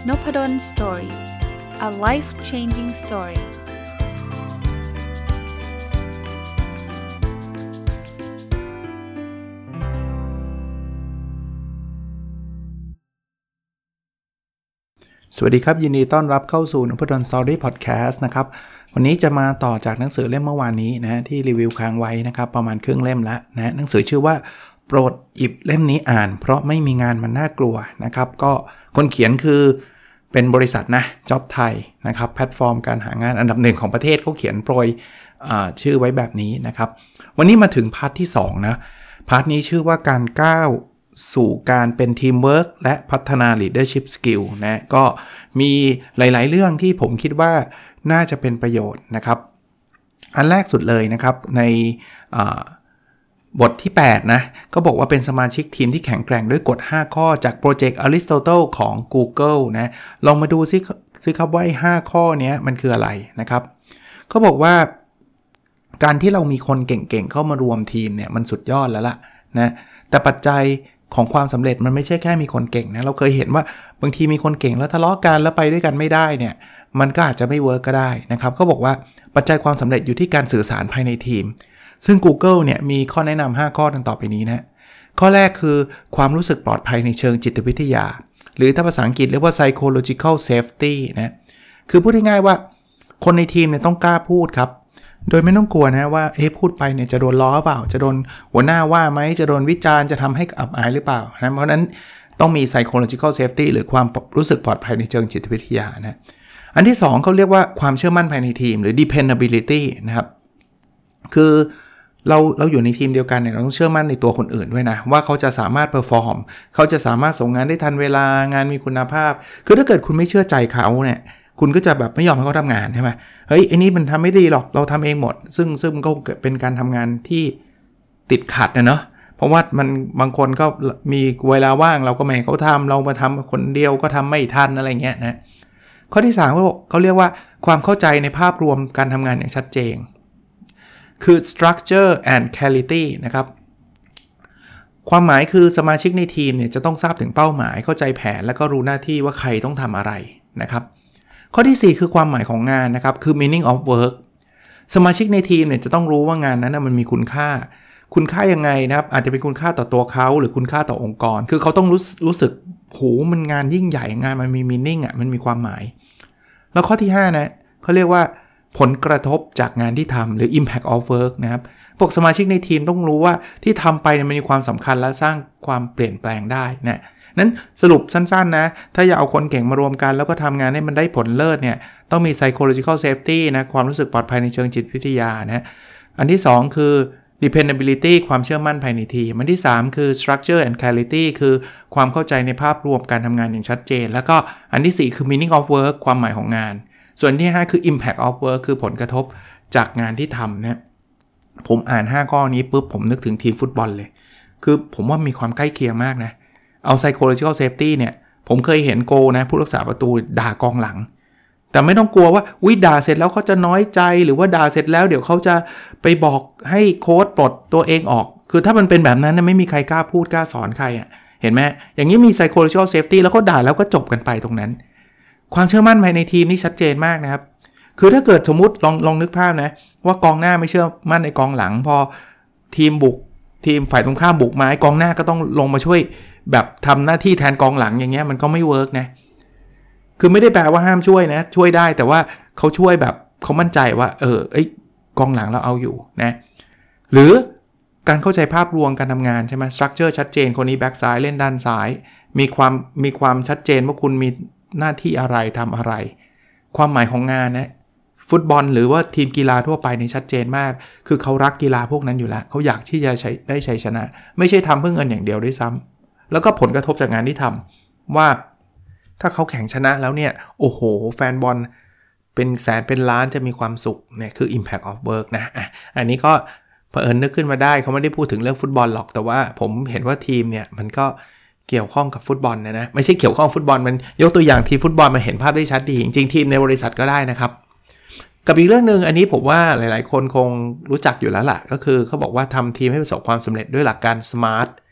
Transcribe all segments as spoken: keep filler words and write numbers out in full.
Nopadon Story. A life-changing story. สวัสดีครับยินดีต้อนรับเข้าสู่ Nopadon Story Podcast นะครับวันนี้จะมาต่อจากหนังสือเล่มเมื่อวานนี้นะที่รีวิวค้างไว้นะครับประมาณครึ่งเล่มแล้วนะหนังสือชื่อว่าโปรดหยิบเล่มนี้อ่านเพราะไม่มีงานมันน่ากลัวนะครับก็คนเขียนคือเป็นบริษัทนะ Job Thai นะครับแพลตฟอร์มการหางานอันดับหนึ่งของประเทศเขาเขียนโปรยชื่อไว้แบบนี้นะครับวันนี้มาถึงพาร์ทที่สองนะพาร์ทนี้ชื่อว่าการก้าวสู่การเป็นทีมเวิร์คและพัฒนา leadership skill นะก็มีหลายๆเรื่องที่ผมคิดว่าน่าจะเป็นประโยชน์นะครับอันแรกสุดเลยนะครับในบทที่แปดนะก็บอกว่าเป็นสมาชิกทีมที่แข็งแกร่งด้วยกฎห้าข้อจากโปรเจกต์ Aristotle ของ Google นะลองมาดูซิซิครับว่าห้าข้อนี้มันคืออะไรนะครับเขาบอกว่าการที่เรามีคนเก่งๆเข้ามารวมทีมเนี่ยมันสุดยอดแล้วล่ะนะแต่ปัจจัยของความสำเร็จมันไม่ใช่แค่มีคนเก่งนะเราเคยเห็นว่าบางทีมีคนเก่งแล้วทะเลาะกันแล้วไปด้วยกันไม่ได้เนี่ยมันก็อาจจะไม่เวิร์กก็ได้นะครับเขาบอกว่าปัจจัยความสำเร็จอยู่ที่การสื่อสารภายในทีมซึ่ง Google เนี่ยมีข้อแนะนำห้าข้อดังต่อไปนี้นะข้อแรกคือความรู้สึกปลอดภัยในเชิงจิตวิทยาหรือถ้าภาษาอังกฤษเรียกว่า psychological safety นะคือพูดง่ายๆว่าคนในทีมเนี่ยต้องกล้าพูดครับโดยไม่ต้องกลัวนะว่าเอ๊ะพูดไปเนี่ยจะโดนล้อเปล่าจะโดนหัวหน้าว่าไหมจะโดนวิจารณ์จะทำให้อับอายหรือเปล่านะเพราะนั้นต้องมี psychological safety หรือความรู้สึกปลอดภัยในเชิงจิตวิทยานะอันที่สองเขาเรียกว่าความเชื่อมั่นภายในทีมหรือ dependability นะครับคือเราเราอยู่ในทีมเดียวกันเนี่ยเราต้องเชื่อมั่นในตัวคนอื่นด้วยนะว่าเขาจะสามารถ perform เขาจะสามารถส่งงานได้ทันเวลางานมีคุณภาพคือถ้าเกิดคุณไม่เชื่อใจเขาเนี่ยคุณก็จะแบบไม่ยอมให้เขาทำงานใช่ไหมเฮ้ยไอ้นี่มันทำไม่ดีหรอกเราทำเองหมดซึ่งซึ่งก็เป็นการทำงานที่ติดขัดนะเนาะเพราะว่ามันบางคนก็มีเวลาว่างเราก็ไม่ให้เขาทำเรามาทำคนเดียวก็ทำไม่ทันอะไรเงี้ยนะข้อที่สามเขาเรียกว่าความเข้าใจในภาพรวมการทำงานอย่างชัดเจนคือ structure and clarity นะครับความหมายคือสมาชิกในทีมเนี่ยจะต้องทราบถึงเป้าหมายเข้าใจแผนแล้วก็รู้หน้าที่ว่าใครต้องทำอะไรนะครับข้อที่สี่คือความหมายของงานนะครับคือ meaning of work สมาชิกในทีมเนี่ยจะต้องรู้ว่างานนั้นนะมันมีคุณค่าคุณค่ายังไงนะครับอาจจะเป็นคุณค่าต่อตัวเขาหรือคุณค่าต่อองค์กรคือเขาต้องรู้รู้สึกโหมันงานยิ่งใหญ่งานมันมี meaning อ่ะมันมีความหมายแล้วข้อที่ห้านะเขาเรียกว่าผลกระทบจากงานที่ทำหรือ impact of work นะครับพวกสมาชิกในทีมต้องรู้ว่าที่ทำไปเนี่ยมันมีความสำคัญและสร้างความเปลี่ยนแปลงได้นะนั้นสรุปสั้นๆนะถ้าอยากเอาคนเก่งมารวมกันแล้วก็ทำงานให้มันได้ผลเลิศเนี่ยต้องมี psychological safety นะความรู้สึกปลอดภัยในเชิงจิตวิทยานะอันที่สองคือ dependability ความเชื่อมั่นภายในทีมอันที่สามคือ structure and clarity คือความเข้าใจในภาพรวมการทำงานอย่างชัดเจนแล้วก็อันที่สี่คือ meaning of work ความหมายของงานส่วนที่ห้าคือ impact of work คือผลกระทบจากงานที่ทำนะผมอ่านห้าข้อนี้ปุ๊บผมนึกถึงทีมฟุตบอลเลยคือผมว่ามีความใกล้เคียงมากนะเอา psychological safety เนี่ยผมเคยเห็นโกนะผู้รักษาประตูด่ากองหลังแต่ไม่ต้องกลัวว่าวิด่าเสร็จแล้วเขาจะน้อยใจหรือว่าด่าเสร็จแล้วเดี๋ยวเขาจะไปบอกให้โค้ชปลดตัวเองออกคือถ้ามันเป็นแบบนั้นนะไม่มีใครกล้าพูดกล้าสอนใครอ่ะเห็นไหมอย่างนี้มี psychological safety แล้วก็ด่าแล้วก็จบกันไปตรงนั้นความเชื่อมั่นภายในทีมนี่ชัดเจนมากนะครับคือถ้าเกิดสมมุติลองลองนึกภาพนะว่ากองหน้าไม่เชื่อมั่นในกองหลังพอทีมบุกทีมฝ่ายตรงข้ามบุกมากองหน้าก็ต้องลงมาช่วยแบบทำหน้าที่แทนกองหลังอย่างเงี้ยมันก็ไม่เวิร์กนะคือไม่ได้แปลว่าห้ามช่วยนะช่วยได้แต่ว่าเขาช่วยแบบเขามั่นใจว่าเออไอ้กองหลังเราเอาอยู่นะหรือการเข้าใจภาพรวมการทำงานใช่ไหมสตรัคเจอร์ชัดเจนคนนี้แบ็กซ้ายเล่นด้านซ้ายมีความมีความชัดเจนว่าคุณมีหน้าที่อะไรทำอะไรความหมายของงานนะฟุตบอลหรือว่าทีมกีฬาทั่วไปนี่ชัดเจนมากคือเขารักกีฬาพวกนั้นอยู่แล้วเขาอยากที่จะใช้ได้ชัยชนะไม่ใช่ทำเพื่อเงินอย่างเดียวด้วยซ้ำแล้วก็ผลกระทบจากงานที่ทำว่าถ้าเขาแข่งชนะแล้วเนี่ยโอ้โหแฟนบอลเป็นแสนเป็นล้านจะมีความสุขเนี่ยคือ impact of work นะอ่ะอันนี้ก็เผอิญนึกขึ้นมาได้เขาไม่ได้พูดถึงเรื่องฟุตบอลหรอกแต่ว่าผมเห็นว่าทีมเนี่ยมันก็เกี่ยวข้องกับฟุตบอลนะนะไม่ใช่เกี่ยวข้องฟุตบอลมันยกตัวอย่างทีมฟุตบอลมาเห็นภาพได้ชัดดีจริงๆทีมในบริษัทก็ได้นะครับกับอีกเรื่องนึงอันนี้ผมว่าหลายๆคนคงรู้จักอยู่แล้วล่ะก็คือเขาบอกว่าทำทีมให้ประสบความสำเร็จด้วยหลักการ SMART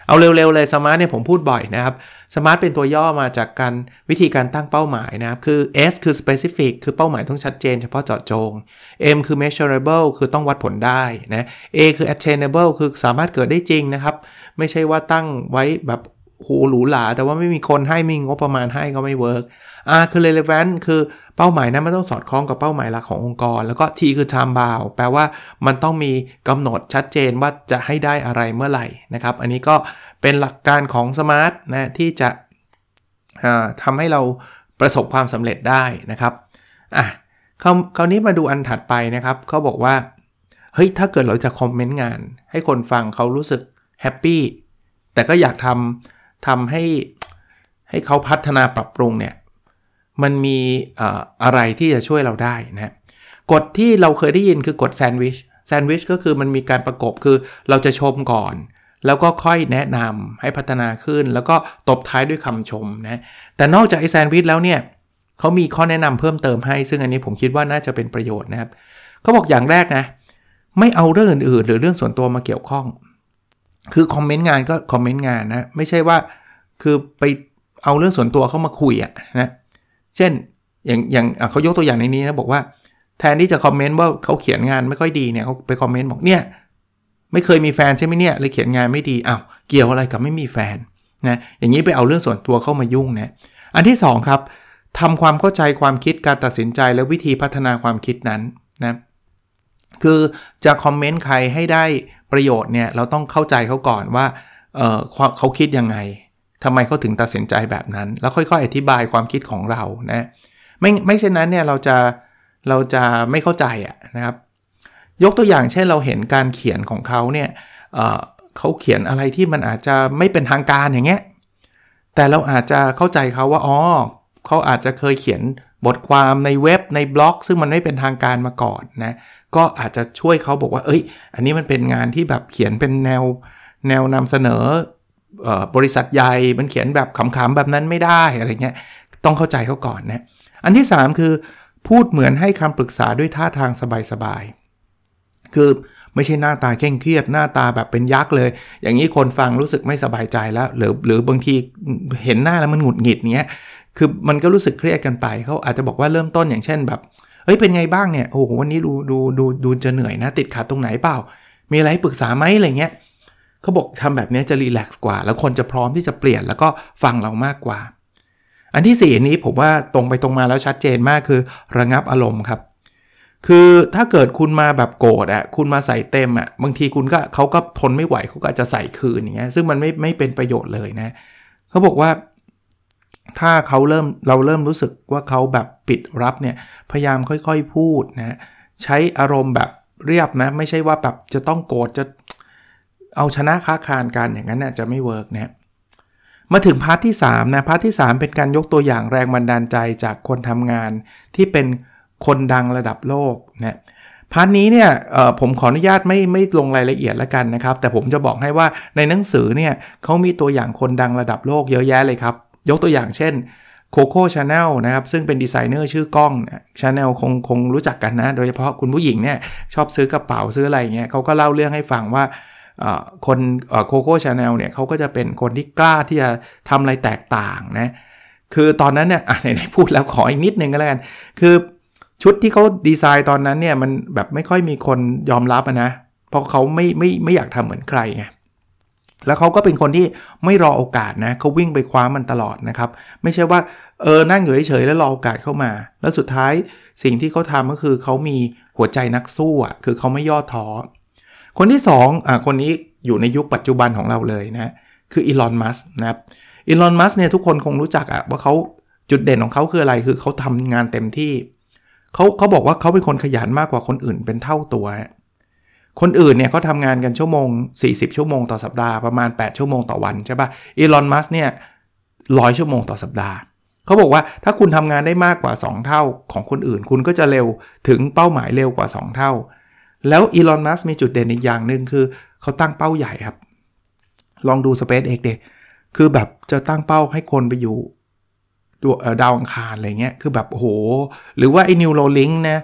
เอาเร็วๆเลยสมาร์ทเนี่ยผมพูดบ่อยนะครับสมาร์ทเป็นตัวย่อมาจากการวิธีการตั้งเป้าหมายนะครับคือ S คือ specific คือเป้าหมายต้องชัดเจนเฉพาะเจาะจง M คือ measurable คือต้องวัดผลได้นะ A คือ attainable คือสามารถเกิดได้จริงนะครับไม่ใช่ว่าตั้งไว้แบบโหหรูหราแต่ว่าไม่มีคนให้มีงบประมาณให้ก็ไม่เวิร์ก R คือ relevant คือเป้าหมายนั้นมันต้องสอดคล้องกับเป้าหมายหลักขององค์กรแล้วก็ T คือ time bound แปลว่ามันต้องมีกำหนดชัดเจนว่าจะให้ได้อะไรเมื่อไหร่นะครับอันนี้ก็เป็นหลักการของ Smart นะที่จะทำให้เราประสบความสำเร็จได้นะครับอ่ะคราวคราวนี้มาดูอันถัดไปนะครับเขาบอกว่าเฮ้ยถ้าเกิดเราจะคอมเมนต์งานให้คนฟังเขารู้สึกแฮปปี้แต่ก็อยากทำทำให้ให้เขาพัฒนาปรับปรุงเนี่ยมันมีเอ่ออะไรที่จะช่วยเราได้นะกฎที่เราเคยได้ยินคือกฎแซนด์วิชแซนด์วิชก็คือมันมีการประกบคือเราจะชมก่อนแล้วก็ค่อยแนะนำให้พัฒนาขึ้นแล้วก็ตบท้ายด้วยคำชมนะแต่นอกจากไอ้แซนด์วิชแล้วเนี่ยเขามีข้อแนะนำเพิ่มเติมให้ซึ่งอันนี้ผมคิดว่าน่าจะเป็นประโยชน์นะครับเขาบอกอย่างแรกนะไม่เอาเรื่องอื่นๆหรือเรื่องส่วนตัวมาเกี่ยวข้องคือคอมเมนต์งานก็คอมเมนต์งานนะไม่ใช่ว่าคือไปเอาเรื่องส่วนตัวเข้ามาคุยอะนะเช่นอย่างอย่างเขายกตัวอย่างในนี้นะบอกว่าแทนที่จะคอมเมนต์ว่าเขาเขียนงานไม่ค่อยดีเนี่ยเขาไปคอมเมนต์บอกเนี่ยไม่เคยมีแฟนใช่ไหมเนี่ยเลยเขียนงานไม่ดีอ้าวเกี่ยวอะไรกับไม่มีแฟนนะอย่างนี้ไปเอาเรื่องส่วนตัวเข้ามายุ่งนะอันที่สองครับทำความเข้าใจความคิดการตัดสินใจและวิธีพัฒนาความคิดนั้นนะคือจะคอมเมนต์ใครให้ได้ประโยชน์เนี่ยเราต้องเข้าใจเขาก่อนว่าเอ่อเขาคิดยังไงทำไมเขาถึงตัดสินใจแบบนั้นแล้วค่อยๆอธิบายความคิดของเรานะไม่ไม่เช่นนั้นเนี่ยเราจะเราจะไม่เข้าใจอ่ะนะครับยกตัวอย่างเช่นเราเห็นการเขียนของเขาเนี่ย เอ่อ เขาเขียนอะไรที่มันอาจจะไม่เป็นทางการอย่างเงี้ยแต่เราอาจจะเข้าใจเขาว่าอ๋อเขาอาจจะเคยเขียนบทความในเว็บในบล็อกซึ่งมันไม่เป็นทางการมาก่อนนะก็อาจจะช่วยเขาบอกว่าเอ้ยอันนี้มันเป็นงานที่แบบเขียนเป็นแนวแนวนำเสนอบริษัทใหญ่มันเขียนแบบขำๆแบบนั้นไม่ได้อะไรเงี้ยต้องเข้าใจเขาก่อนนะอันที่สามคือพูดเหมือนให้คำปรึกษาด้วยท่าทางสบายๆคือไม่ใช่หน้าตาเคร่งเครียดหน้าตาแบบเป็นยักษ์เลยอย่างนี้คนฟังรู้สึกไม่สบายใจแล้วหรือหรือบางทีเห็นหน้าแล้วมันหงุดหงิดเงี้ยคือมันก็รู้สึกเครียดกันไปเขาอาจจะบอกว่าเริ่มต้นอย่างเช่นแบบเฮ้ยเป็นไงบ้างเนี่ยโอ้โหวันนี้ดูดูดูดูจะเหนื่อยนะติดขัดตรงไหนเปล่ามีอะไรให้ปรึกษาไหมอะไรเงี้ยเขาบอกทำแบบนี้จะรีแลกซ์กว่าแล้วคนจะพร้อมที่จะเปลี่ยนแล้วก็ฟังเรามากกว่าอันที่สี่นี้ผมว่าตรงไปตรงมาแล้วชัดเจนมากคือระงับอารมณ์ครับคือถ้าเกิดคุณมาแบบโกรธอ่ะคุณมาใส่เต็มอ่ะบางทีคุณก็เขาก็ทนไม่ไหวเขาก็จะใส่คืนอย่างเงี้ยซึ่งมันไม่ไม่เป็นประโยชน์เลยนะเขาบอกว่าถ้าเขาเริ่มเราเริ่มรู้สึกว่าเขาแบบปิดรับเนี่ยพยายามค่อยๆพูดนะใช้อารมณ์แบบเรียบนะไม่ใช่ว่าแบบจะต้องโกรธจะเอาชนะค้าคานกันอย่างนั้นน่ะจะไม่เวิร์กนะมาถึงพาร์ทที่สามนะพาร์ทที่สามเป็นการยกตัวอย่างแรงบันดาลใจจากคนทำงานที่เป็นคนดังระดับโลกนะพาร์ทนี้เนี่ยผมขออนุญาตไม่ไม่ลงรายละเอียดแล้วกันนะครับแต่ผมจะบอกให้ว่าในหนังสือเนี่ยเขามีตัวอย่างคนดังระดับโลกเยอะแยะเลยครับยกตัวอย่างเช่น Coco Chanel นะครับซึ่งเป็นดีไซเนอร์ชื่อกล้อง Chanel คงคงรู้จักกันนะโดยเฉพาะคุณผู้หญิงเนี่ยชอบซื้อกระเป๋าซื้ออะไรเงี้ยเขาก็เล่าเรื่องให้ฟังว่าคนโคโค่ชาแนลเนี่ยเขาก็จะเป็นคนที่กล้าที่จะทำอะไรแตกต่างนะคือตอนนั้นเนี่ยไหนๆพูดแล้วขออีกนิดนึงก็แล้วกันคือชุดที่เขาดีไซน์ตอนนั้นเนี่ยมันแบบไม่ค่อยมีคนยอมรับนะเพราะเขาไม่ไม่ไม่อยากทำเหมือนใครไงแล้วเขาก็เป็นคนที่ไม่รอโอกาสนะเขาวิ่งไปคว้ามันตลอดนะครับไม่ใช่ว่าเออนั่งอยู่เฉยๆแล้วรอโอกาสเข้ามาแล้วสุดท้ายสิ่งที่เขาทำก็คือเขามีหัวใจนักสู้อ่ะคือเขาไม่ย่อท้อคนที่สองอ่ะคนนี้อยู่ในยุคปัจจุบันของเราเลยนะคืออีลอนมัสก์นะครับอีลอนมัสก์เนี่ยทุกคนคงรู้จักอ่ะว่าเขาจุดเด่นของเขาคืออะไรคือเขาทำงานเต็มที่เขาเขาบอกว่าเขาเป็นคนขยันมากกว่าคนอื่นเป็นเท่าตัวคนอื่นเนี่ยเขาทำงานกันชั่วโมงสี่สิบชั่วโมงต่อสัปดาห์ประมาณแปดชั่วโมงต่อวันใช่ป่ะอีลอนมัสก์เนี่ยหนึ่งร้อยชั่วโมงต่อสัปดาห์เขาบอกว่าถ้าคุณทำงานได้มากกว่าสองเท่าของคนอื่นคุณก็จะเร็วถึงเป้าหมายเร็วกว่าสองเท่าแล้วอีลอนมัสก์มีจุดเด่นอีกอย่างนึงคือเขาตั้งเป้าใหญ่ครับลองดู SpaceX ดิคือแบบจะตั้งเป้าให้คนไปอยู่ดาวอังคารอะไรเงี้ยคือแบบโอ้โหหรือว่าไอ้ Neuralink นะ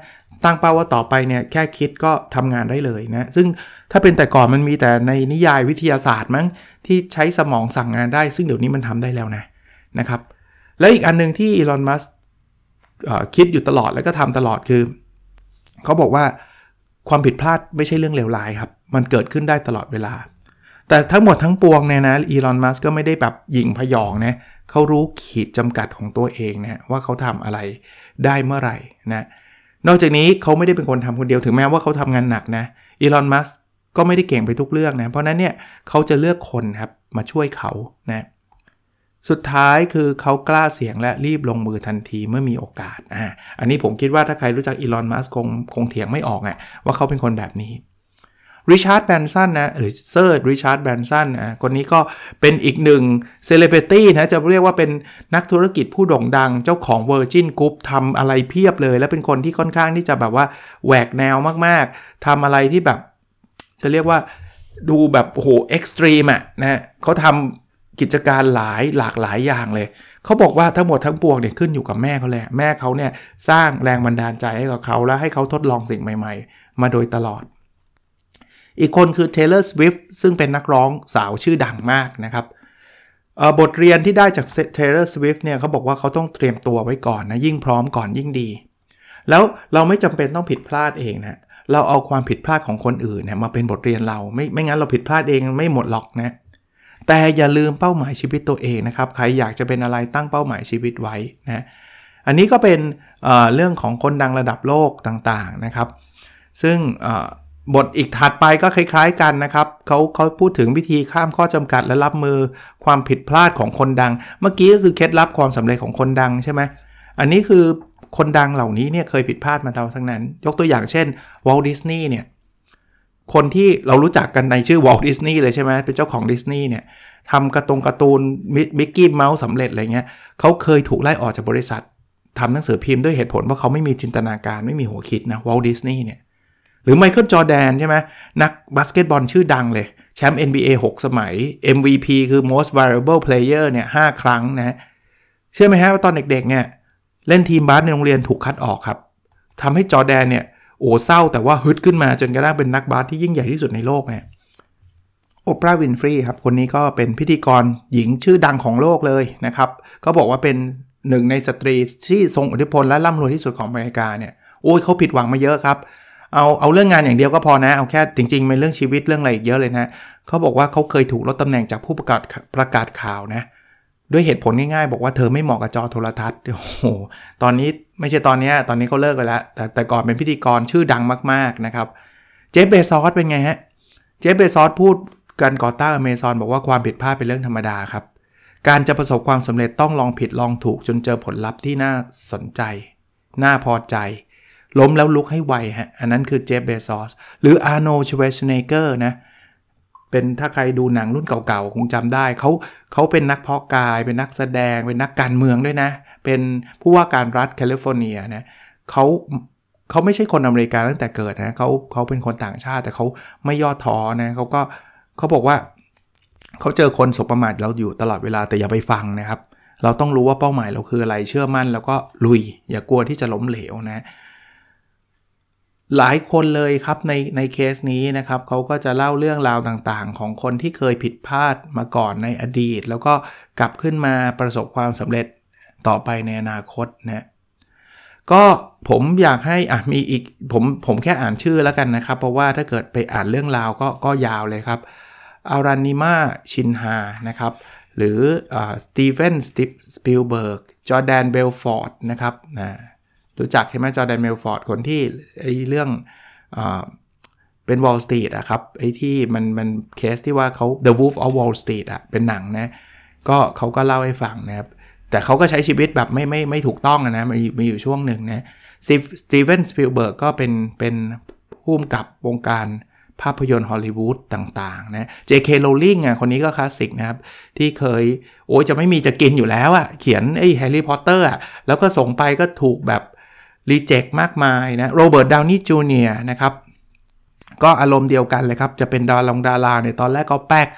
ตั้งเป้าว่าต่อไปเนี่ยแค่คิดก็ทำงานได้เลยนะซึ่งถ้าเป็นแต่ก่อนมันมีแต่ในนิยายวิทยาศาสตร์มั้งที่ใช้สมองสั่งงานได้ซึ่งเดี๋ยวนี้มันทำได้แล้วนะนะครับแล้วอีกอันนึงที่อีลอนมัสก์คิดอยู่ตลอดแล้วก็ทำตลอดคือเขาบอกว่าความผิดพลาดไม่ใช่เรื่องเลวร้ายครับมันเกิดขึ้นได้ตลอดเวลาแต่ทั้งหมดทั้งปวงเนี่ยนะอีลอนมัสก์ก็ไม่ได้แบบหยิ่งพยองนะเขารู้ขีดจำกัดของตัวเองนะว่าเขาทำอะไรได้เมื่อไหร่นะนอกจากนี้เขาไม่ได้เป็นคนทำคนเดียวถึงแม้ว่าเขาทำงานหนักนะอีลอนมัสก์ก็ไม่ได้เก่งไปทุกเรื่องนะเพราะนั้นเนี่ยเขาจะเลือกคนครับมาช่วยเขานะสุดท้ายคือเขากล้าเสี่ยงและรีบลงมือทันทีเมื่อมีโอกาสอ่าอันนี้ผมคิดว่าถ้าใครรู้จักอีลอนมัสก์คงคงเถียงไม่ออกอ่ะว่าเขาเป็นคนแบบนี้ริชาร์ดแบรนสันนะหรือเซอร์ริชาร์ดแบรนสันนะคนนี้ก็เป็นอีกหนึ่งเซเลบริตี้นะจะเรียกว่าเป็นนักธุรกิจผู้โด่งดังเจ้าของ Virgin Group ทำอะไรเพียบเลยและเป็นคนที่ค่อนข้างที่จะแบบว่าแหวกแนวมากๆทำอะไรที่แบบจะเรียกว่าดูแบบโอ้โหเอ็กซ์ตรีมอ่ะนะเขาทำกิจการหลายหลากหลายอย่างเลยเขาบอกว่าทั้งหมดทั้งปวงเนี่ยขึ้นอยู่กับแม่เขาแหละแม่เขาเนี่ยสร้างแรงบันดาลใจให้กับเขาและให้เขาทดลองสิ่งใหม่ๆมาโดยตลอดอีกคนคือ Taylor Swift ซึ่งเป็นนักร้องสาวชื่อดังมากนะครับบทเรียนที่ได้จาก Taylor Swift เนี่ยเขาบอกว่าเขาต้องเตรียมตัวไว้ก่อนนะยิ่งพร้อมก่อนยิ่งดีแล้วเราไม่จำเป็นต้องผิดพลาดเองนะเราเอาความผิดพลาดของคนอื่นเนี่ยมาเป็นบทเรียนเราไม่ไม่งั้นเราผิดพลาดเองไม่หมดหรอกนะแต่อย่าลืมเป้าหมายชีวิตตัวเองนะครับใครอยากจะเป็นอะไรตั้งเป้าหมายชีวิตไว้นะอันนี้ก็เป็น เอ่อ เรื่องของคนดังระดับโลกต่างๆนะครับซึ่งบทอีกถัดไปก็คล้ายๆกันนะครับเขาเขาพูดถึงวิธีข้ามข้อจำกัดและรับมือความผิดพลาดของคนดังเมื่อกี้ก็คือเคล็ดลับความสำเร็จของคนดังใช่ไหมอันนี้คือคนดังเหล่านี้เนี่ยเคยผิดพลาดมาทั้งนั้นยกตัวอย่างเช่นวอลต์ดิสนีย์เนี่ยคนที่เรารู้จักกันในชื่อวอลต์ดิสนีย์เลยใช่ไหมเป็นเจ้าของดิสนีย์เนี่ยทำการ์ตูนการ์ตูนมิกกี้เมาส์สำเร็จอะไรเงี้ยเขาเคยถูกไล่ออกจากบริษัททำหนังสือพิมพ์ด้วยเหตุผลว่าเขาไม่มีจินตนาการไม่มีหัวคิดนะวอลต์ดิสนีย์เนี่ยหรือไมเคิลจอร์แดนใช่ไหมนักบาสเกตบอลชื่อดังเลยแชมป์ เอ็น บี เอ หกสมัย เอ็ม วี พี คือ most valuable player เนี่ยห้าครั้งนะเชื่อไหมฮะว่าตอนเด็กๆเนี่ยเล่นทีมบาสในโรงเรียนถูกคัดออกครับทำให้จอร์แดนเนี่ยโอ้เศร้าแต่ว่าฮึดขึ้นมาจนกระทั่งเป็นนักบาสที่ยิ่งใหญ่ที่สุดในโลกเนี่ยโอปราห์ วินฟรีครับคนนี้ก็เป็นพิธีกรหญิงชื่อดังของโลกเลยนะครับก็บอกว่าเป็นหนึ่งในสตรีที่ทรงอิทธิพลและร่ำรวยที่สุดของอเมริกาเนี่ยโอ้ยเขาผิดหวังมาเยอะครับเอาเอาเรื่องงานอย่างเดียวก็พอนะเอาแค่จริงๆเป็นเรื่องชีวิตเรื่องอะไรอีกเยอะเลยนะเขาบอกว่าเขาเคยถูกลดตำแหน่งจากผู้ประกาศประกาศข่าวนะด้วยเหตุผลง่ายๆบอกว่าเธอไม่เหมาะกับจอโทรทัศน์โอ้โหตอนนี้ไม่ใช่ตอนนี้ตอนนี้เขาเลิกไปแล้วแต่แต่ก่อนเป็นพิธีกรชื่อดังมากๆนะครับเจฟเบซอสเป็นไงฮะเจฟเบซอสพูดการก่อตั้ง Amazon บอกว่าความผิดพลาดเป็นเรื่องธรรมดาครับการจะประสบความสำเร็จต้องลองผิดลองถูกจนเจอผลลัพธ์ที่น่าสนใจน่าพอใจล้มแล้วลุกให้ไวฮะอันนั้นคือเจฟเบซอสหรืออาร์โนลด์ ชเวชเนเกอร์นะเป็นถ้าใครดูหนังรุ่นเก่าๆคงจำได้เขาเขาเป็นนักเพาะกายเป็นนักแสดงเป็นนักการเมืองด้วยนะเป็นผู้ว่าการรัฐแคลิฟอร์เนียนะเขาเขาไม่ใช่คนอเมริกันตั้งแต่เกิดนะเขาเขาเป็นคนต่างชาติแต่เขาไม่ย่อท้อนะเขาก็เขาบอกว่าเขาเจอคนสบประมาทเราอยู่ตลอดเวลาแต่อย่าไปฟังนะครับเราต้องรู้ว่าเป้าหมายเราคืออะไรเชื่อมั่นแล้วก็ลุยอย่ากลัวที่จะล้มเหลวนะหลายคนเลยครับในในเคสนี้นะครับเขาก็จะเล่าเรื่องราวต่างๆของคนที่เคยผิดพลาดมาก่อนในอดีตแล้วก็กลับขึ้นมาประสบความสำเร็จต่อไปในอนาคตนะก็ผมอยากให้อ่ะมีอีกผมผมแค่อ่านชื่อแล้วกันนะครับเพราะว่าถ้าเกิดไปอ่านเรื่องราวก็ก็ยาวเลยครับอารานิมาชินฮานะครับหรือสตีเฟนสปิลเบิร์กจอร์แดนเบลฟอร์ดนะครับนะรู้จักใช่ไหมจอร์แดนเบลฟอร์ดคนที่ไอ้เรื่องอ่าเป็น Wall Street อะครับไอ้ที่มันมันเคสที่ว่าเขา The Wolf of Wall Street อะเป็นหนังนะก็เขาก็เล่าให้ฟังนะครับแต่เขาก็ใช้ชีวิตแบบไม่ไม่ไม่ถูกต้องนะมีมีอยู่ช่วงหนึ่งนะสตีเฟนสปิลเบิร์กก็เป็นเป็นผู้กำกับวงการภาพยนตร์ฮอลลีวูดต่างๆนะ เจ เค Rowling อ่ะคนนี้ก็คลาสสิกนะครับที่เคยโอ้ยจะไม่มีจะกินอยู่แล้วอ่ะเขียนไอ้แฮร์รี่พอตเตอร์อ่ะแล้วก็ส่งไปก็ถูกแบบรีเจ็คมากมายนะโรเบิร์ต ดาวนี่ จูเนียร์ นะครับก็อารมณ์เดียวกันเลยครับจะเป็นดาราดาราเนี่ยตอนแรกก็แป๊ก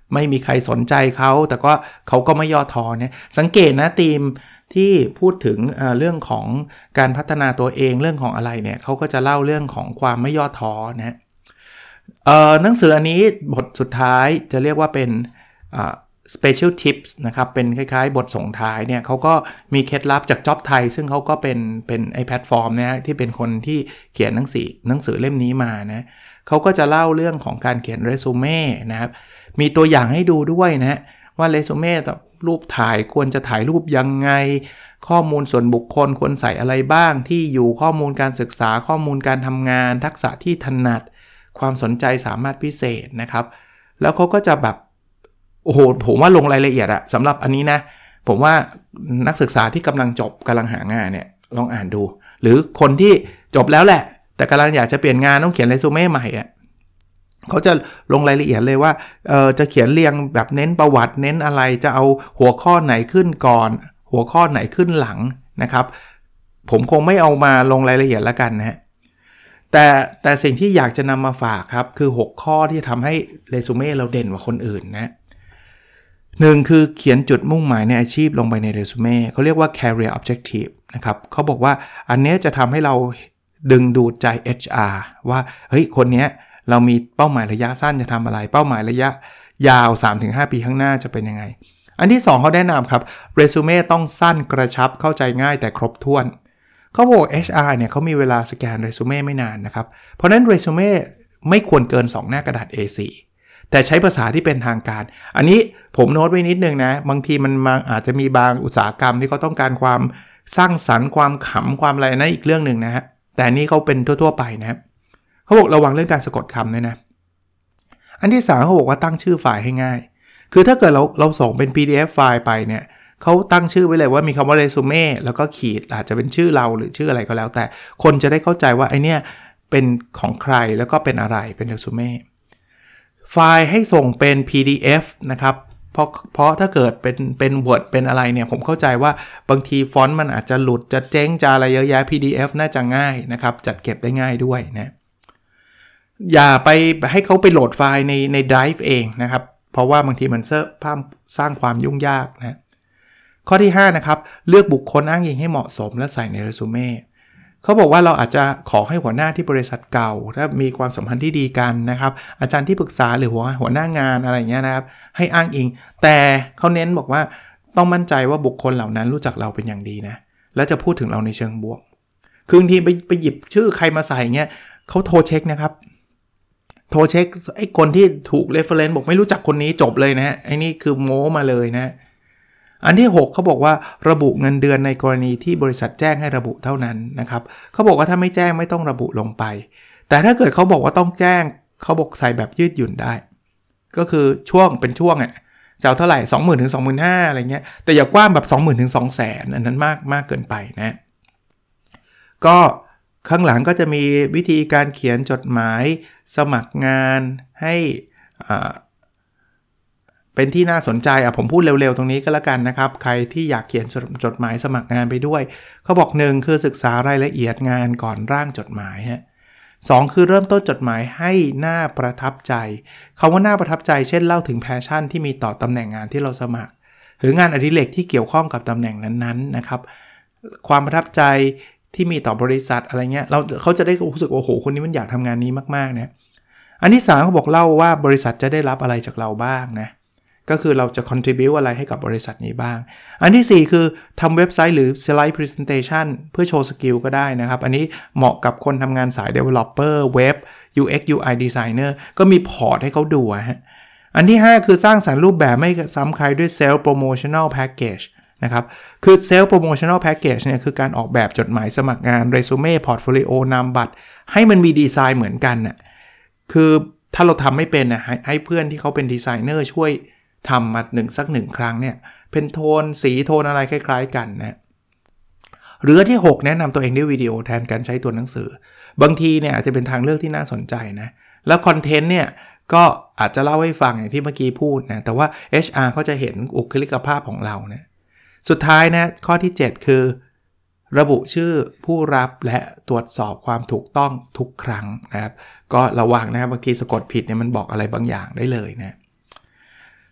ไม่มีใครสนใจเขาแต่ก็เขาก็ไม่ย่อท้อเนี่ยสังเกตนะธีมที่พูดถึงเอ่อเรื่องของการพัฒนาตัวเองเรื่องของอะไรเนี่ยเขาก็จะเล่าเรื่องของความไม่ย่อท้อนะเอ่อหนังสืออันนี้บทสุดท้ายจะเรียกว่าเป็นอ่า special tips นะครับเป็นคล้ายๆบทส่งท้ายเนี่ยเขาก็มีเคล็ดลับจากจ็อบไทยซึ่งเขาก็เป็นเป็นไอแพลตฟอร์มนะที่เป็นคนที่เขียนหนังสือหนังสือเล่มนี้มานะเขาก็จะเล่าเรื่องของการเขียนเรซูเม่นะครับมีตัวอย่างให้ดูด้วยนะว่าเรซูเม่แบบรูปถ่ายควรจะถ่ายรูปยังไงข้อมูลส่วนบุคคลควรใส่อะไรบ้างที่อยู่ข้อมูลการศึกษาข้อมูลการทำงานทักษะที่ถนัดความสนใจสามารถพิเศษนะครับแล้วเขาก็จะแบบโอ้โหผมว่าลงรายละเอียดอะสำหรับอันนี้นะผมว่านักศึกษาที่กำลังจบกำลังหางานเนี่ยลองอ่านดูหรือคนที่จบแล้วแหละแต่กำลังอยากจะเปลี่ยนงานต้องเขียนเรซูเม่ใหม่อะเขาจะลงรายละเอียดเลยว่าเออจะเขียนเรียงแบบเน้นประวัติเน้นอะไรจะเอาหัวข้อไหนขึ้นก่อนหัวข้อไหนขึ้นหลังนะครับผมคงไม่เอามาลงรายละเอียดแล้วกันนะฮะแต่แต่สิ่งที่อยากจะนำมาฝากครับคือหกข้อที่ทำให้เรซูเม่เราเด่นกว่าคนอื่นนะหนึ่งคือเขียนจุดมุ่งหมายในอาชีพลงไปในเรซูเม่เขาเรียกว่า career objective นะครับเขาบอกว่าอันนี้จะทำให้เราดึงดูดใจ เอช อาร์ ว่าเฮ้ยคนนี้เรามีเป้าหมายระยะสั้นจะทำอะไรเป้าหมายระยะยาว สามถึงห้า ปีข้างหน้าจะเป็นยังไงอันที่สองเขาแนะนำครับเรซูเม่ต้องสั้นกระชับเข้าใจง่ายแต่ครบถ้วนเขาบอก เอช อาร์ เนี่ยเขามีเวลาสแกนเรซูเม่ไม่นานนะครับเพราะนั้นเรซูเม่ไม่ควรเกินสองหน้ากระดาษ เอ โฟร์ แต่ใช้ภาษาที่เป็นทางการอันนี้ผมโน้ตไว้นิดนึงนะบางทีมันอาจจะมีบางอุตสาหกรรมที่เขาต้องการความสร้างสรรค์ความขำความอะไรนั่นอีกเรื่องนึงนะฮะแต่นี่เขาเป็นทั่วๆไปนะเขาบอกระวังเรื่องการสะกดคำด้วยนะอันที่สามเขาบอกว่าตั้งชื่อไฟล์ให้ง่ายคือถ้าเกิดเราเราส่งเป็น พี ดี เอฟ ไฟล์ไปเนี่ยเขาตั้งชื่อไว้เลยว่ามีคำว่าเรซูเม่แล้วก็ขีดอาจจะเป็นชื่อเราหรือชื่ออะไรก็แล้วแต่คนจะได้เข้าใจว่าไอเนี้ยเป็นของใครแล้วก็เป็นอะไรเป็นเรซูเม่ไฟล์ให้ส่งเป็น พี ดี เอฟ นะครับเพราะเพราะถ้าเกิดเป็นเป็น Word เป็นอะไรเนี่ยผมเข้าใจว่าบางทีฟอนต์มันอาจจะหลุดจะเจ๊งจะอะไรเยอะแยะ พี ดี เอฟ น่าจะง่ายนะครับจัดเก็บได้ง่ายด้วยนะอย่าไปให้เขาไปโหลดไฟล์ในใน Drive เองนะครับเพราะว่าบางทีมันสร้างความยุ่งยากนะข้อที่ห้านะครับเลือกบุคคลอ้างอิงให้เหมาะสมและใส่ในเรซูเม่เขาบอกว่าเราอาจจะขอให้หัวหน้าที่บริษัทเก่าถ้ามีความสัมพันธ์ที่ดีกันนะครับอาจารย์ที่ปรึกษาหรือหัวหัวหน้างานอะไรเงี้ยนะครับให้อ้างอิงแต่เขาเน้นบอกว่าต้องมั่นใจว่าบุคคลเหล่านั้นรู้จักเราเป็นอย่างดีนะและจะพูดถึงเราในเชิงบวกคือบางทีไปไปหยิบชื่อใครมาใส่เงี้ยเขาโทรเช็คนะครับโทรเช็คไอ้คนที่ถูก reference บอกไม่รู้จักคนนี้จบเลยนะฮะไอ้นี่คือโม้มาเลยนะอันที่หกเขาบอกว่าระบุเงินเดือนในกรณีที่บริษัทแจ้งให้ระบุเท่านั้นนะครับเขาบอกว่าถ้าไม่แจ้งไม่ต้องระบุลงไปแต่ถ้าเกิดเขาบอกว่าต้องแจ้งเขาบอกใส่แบบยืดหยุ่นได้ก็คือช่วงเป็นช่วงอ่ะจะเอาเท่าไหร่ สองหมื่น ถึง สองหมื่นห้าพัน อะไรเงี้ยแต่อย่ากว้างแบบ สองหมื่น ถึง สองแสน อันนั้นมากมากเกินไปนะก็ข้างหลังก็จะมีวิธีการเขียนจดหมายสมัครงานให้อ่าเป็นที่น่าสนใจอ่ะผมพูดเร็วๆตรงนี้ก็แล้วกันนะครับใครที่อยากเขียนจดหมายสมัครงานไปด้วยเขาบอกหนึ่งคือศึกษารายละเอียดงานก่อนร่างจดหมายฮะสองคือเริ่มต้นจดหมายให้น่าประทับใจคำว่าน่าประทับใจเช่นเล่าถึงแพชชั่นที่มีต่อตำแหน่งงานที่เราสมัครหรืองานอดิเรกที่เกี่ยวข้องกับตำแหน่งนั้นๆนะครับความประทับใจที่มีต่อบริษัทอะไรเงี้ยเราเขาจะได้รู้สึกโอ้โหคนนี้มันอยากทำงานนี้มากๆนะอันที่สามเขาบอกเล่าว่าบริษัทจะได้รับอะไรจากเราบ้างนะก็คือเราจะ contribute อะไรให้กับบริษัทนี้บ้างอันที่สี่คือทำเว็บไซต์หรือ slide presentation เพื่อโชว์สกิลก็ได้นะครับอันนี้เหมาะกับคนทำงานสาย developer เว็บ ยู เอ็กซ์ ยู ไอ designer ก็มีพอร์ตให้เขาดูฮะอันที่ห้าคือสร้างสรรค์รูปแบบไม่ซ้ำใครด้วย self promotional package นะครับคือ self promotional package เนี่ยคือการออกแบบจดหมายสมัครงาน resume portfolio นามบัตรให้มันมีดีไซน์เหมือนกันน่ะคือถ้าเราทำไม่เป็นนะให้เพื่อนที่เขาเป็นดีไซเนอร์ช่วยทำมาหนึ่งสักหนึ่งครั้งเนี่ยเป็นโทนสีโทนอะไรคล้ายๆกันนะหรือที่หกแนะนำตัวเองด้วยวิดีโอแทนการใช้ตัวหนังสือบางทีเนี่ยอาจจะเป็นทางเลือกที่น่าสนใจนะแล้วคอนเทนต์เนี่ยก็อาจจะเล่าให้ฟังอย่างที่เมื่อกี้พูดนะแต่ว่า เอช อาร์ เขาจะเห็นบุคลิกภาพของเรานะสุดท้ายนะข้อที่เจ็ดคือระบุชื่อผู้รับและตรวจสอบความถูกต้องทุกครั้งนะครับก็ระวังนะครับบางทีสะกดผิดเนี่ยมันบอกอะไรบางอย่างได้เลยนะ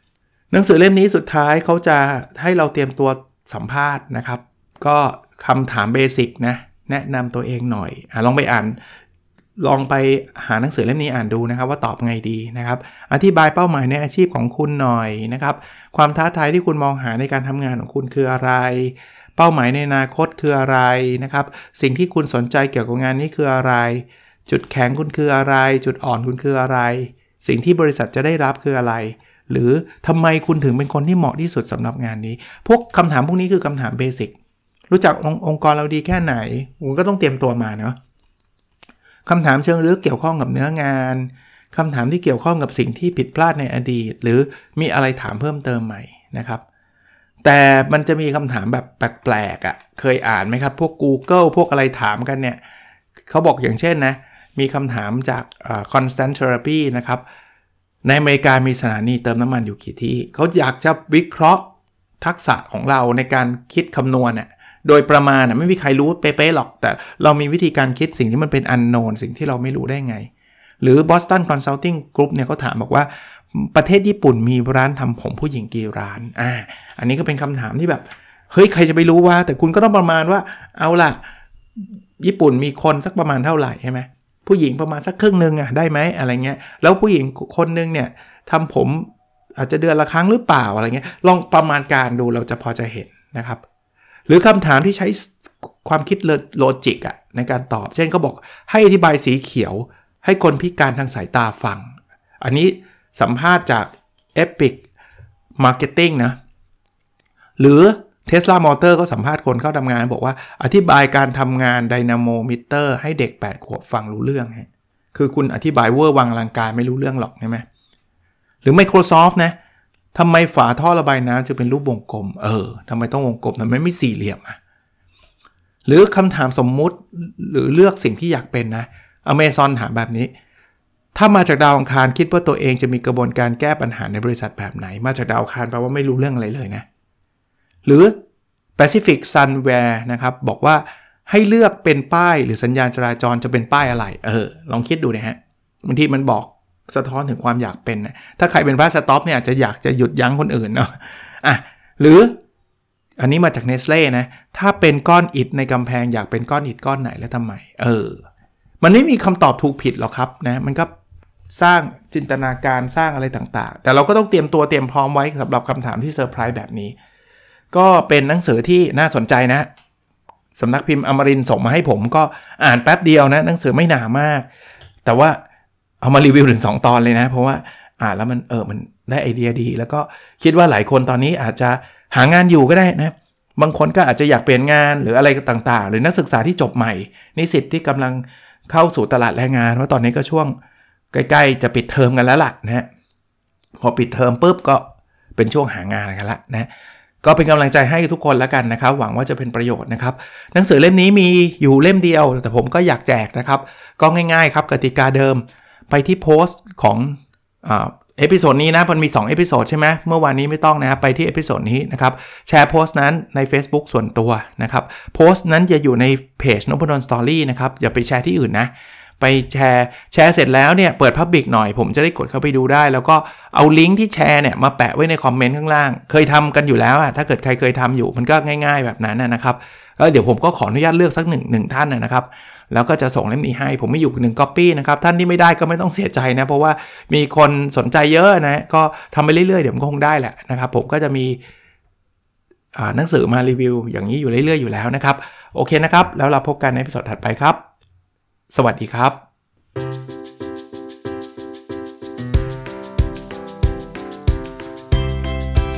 หนังสือเล่มนี้สุดท้ายเขาจะให้เราเตรียมตัวสัมภาษณ์นะครับก็คำถามเบสิกนะแนะนำตัวเองหน่อยอ่ะลองไปอ่านลองไปหาหนังสือเล่มนี้อ่านดูนะครับว่าตอบไงดีนะครับอธิบายเป้าหมายในอาชีพของคุณหน่อยนะครับความท้าทายที่คุณมองหาในการทำงานของคุณคืออะไรเป้าหมายในอนาคตคืออะไรนะครับสิ่งที่คุณสนใจเกี่ยวกับงานนี้คืออะไรจุดแข็งคุณคืออะไรจุดอ่อนคุณคืออะไรสิ่งที่บริษัทจะได้รับคืออะไรหรือทำไมคุณถึงเป็นคนที่เหมาะที่สุดสำหรับงานนี้พวกคำถามพวกนี้คือคำถามเบสิกรู้จักององค์กรเราดีแค่ไหนคุณก็ต้องเตรียมตัวมาเนาะคำถามเชิงลึกเกี่ยวข้องกับเนื้องานคำถามที่เกี่ยวข้องกับสิ่งที่ผิดพลาดในอดีตหรือมีอะไรถามเพิ่มเติมใหม่นะครับแต่มันจะมีคำถามแบบแปลกๆอ่ะเคยอ่านไหมครับพวก Google พวกอะไรถามกันเนี่ยเขาบอกอย่างเช่นนะมีคำถามจาก uh, Constant Therapy นะครับในอเมริกามีสถานีเติมน้ำมันอยู่กี่ที่เขาอยากจะวิเคราะห์ทักษะของเราในการคิดคำนวณน่ะโดยประมาณน่ะไม่มีใครรู้เป๊ะๆหรอกแต่เรามีวิธีการคิดสิ่งที่มันเป็น unknown สิ่งที่เราไม่รู้ได้ไงหรือ Boston Consulting Group เนี่ยเขาถามบอกว่าประเทศญี่ปุ่นมีร้านทำผมผู้หญิงกี่ร้านอ่าอันนี้ก็เป็นคำถามที่แบบเฮ้ยใครจะไปรู้ว่าแต่คุณก็ต้องประมาณว่าเอาล่ะญี่ปุ่นมีคนสักประมาณเท่าไหร่ใช่ไหมผู้หญิงประมาณสักครึ่งนึงอ่ะได้ไหมอะไรเงี้ยแล้วผู้หญิงคนนึงเนี่ยทำผมอาจจะเดือนละครั้งหรือเปล่าอะไรเงี้ยลองประมาณการดูเราจะพอจะเห็นนะครับหรือคำถามที่ใช้ความคิดโลจิกอ่ะในการตอบเช่นเขาบอกให้อธิบายสีเขียวให้คนพิการทางสายตาฟังอันนี้สัมภาษณ์จาก Epic Marketing นะหรือ Tesla Motor ก็สัมภาษณ์คนเข้าทำงานบอกว่าอธิบายการทำงาน Dynamo Meter ให้เด็กแปดขวบฟังรู้เรื่องฮะคือคุณอธิบายเวอร์วังอลังการไม่รู้เรื่องหรอกใช่ไหมหรือ Microsoft นะทำไมฝาท่อระบายน้ำจะเป็นรูปวงกลมเออทำไมต้องวงกลมทำไมไม่สี่เหลี่ยมอ่ะหรือคำถามสมมุติหรือเลือกสิ่งที่อยากเป็นนะ Amazon ถามแบบนี้ถ้ามาจากดาวอังคารคิดว่าตัวเองจะมีกระบวนการแก้ปัญหาในบริษัทแบบไหนมาจากดาวอังคารแปลว่าไม่รู้เรื่องอะไรเลยนะหรือ Pacific Sunwear นะครับบอกว่าให้เลือกเป็นป้ายหรือสัญญาณจราจรจะเป็นป้ายอะไรเออลองคิดดูนะฮะบางทีมันบอกสะท้อนถึงความอยากเป็นนะถ้าใครเป็นพระสต็อปเนี่ยอาจจะอยากจะหยุดยั้งคนอื่นเนาะอ่ะหรืออันนี้มาจาก Nestle นะถ้าเป็นก้อนอิฐในกำแพงอยากเป็นก้อนอิฐก้อนไหนและทำไมเออมันไม่มีคำตอบถูกผิดหรอกครับนะมันก็สร้างจินตนาการสร้างอะไรต่างๆแต่เราก็ต้องเตรียมตัวเตรียมพร้อมไว้สำหรับคำถามที่เซอร์ไพรส์แบบนี้ก็เป็นหนังสือที่น่าสนใจนะสำนักพิมพ์อมรินทร์ส่งมาให้ผมก็อ่านแป๊บเดียวนะหนังสือไม่หนามากแต่ว่าเอามารีวิวถึงสองตอนเลยนะเพราะว่าอ่านแล้วมันเออมันได้ไอเดียดีแล้วก็คิดว่าหลายคนตอนนี้อาจจะหางานอยู่ก็ได้นะบางคนก็อาจจะอยากเปลี่ยนงานหรืออะไรต่างๆหรือนักศึกษาที่จบใหม่นิสิตที่กำลังเข้าสู่ตลาดแรงงานว่าตอนนี้ก็ช่วงใกล้ๆจะปิดเทอมกันแล้วล่ะนะพอปิดเทอมปุ๊บก็เป็นช่วงหางานกันละนะก็เป็นกำลังใจให้ทุกคนแล้วกันนะครับหวังว่าจะเป็นประโยชน์นะครับหนังสือเล่มนี้มีอยู่เล่มเดียวแต่ผมก็อยากแจกนะครับก็ง่ายๆครับกติกาเดิมไปที่โพสต์ของอ่าเอพิโซดนี้นะมันมีสองเอพิโซดใช่ไหมเมื่อวานนี้ไม่ต้องนะครับไปที่เอพิโซดนี้นะครับแชร์โพสต์นั้นใน Facebook ส่วนตัวนะครับโพสต์นั้นจะอยู่ในเพจ Nopodon Story นะครับอย่าไปแชร์ที่อื่นนะไปแชร์แชร์เสร็จแล้วเนี่ยเปิด Public หน่อยผมจะได้กดเข้าไปดูได้แล้วก็เอาลิงก์ที่แชร์เนี่ยมาแปะไว้ในคอมเมนต์ข้างล่างเคยทำกันอยู่แล้วอ่ะถ้าเกิดใครเคยทำอยู่มันก็ง่ายๆแบบนั้นนะครับแล้วเดี๋ยวผมก็ขออนุญาตเลือกสักหนึ่งหนึ่งท่านนะครับแล้วก็จะส่งเล่มนี้ให้ผมไม่อยู่หนึ่ง copy นะครับท่านที่ไม่ได้ก็ไม่ต้องเสียใจนะเพราะว่ามีคนสนใจเยอะนะก็ทำไปเรื่อยๆเดี๋ยวมันคงได้แหละนะครับผมก็จะมีอ่าหนังสือมารีวิวอย่างนี้อยู่เรื่อยๆอยู่แล้วนะครับโอเคนะครับแล้วเราพบกันในตอนถัดไปครับสวัสดีครับ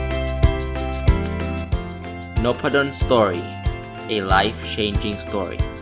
Nopodon Story, a life-changing story.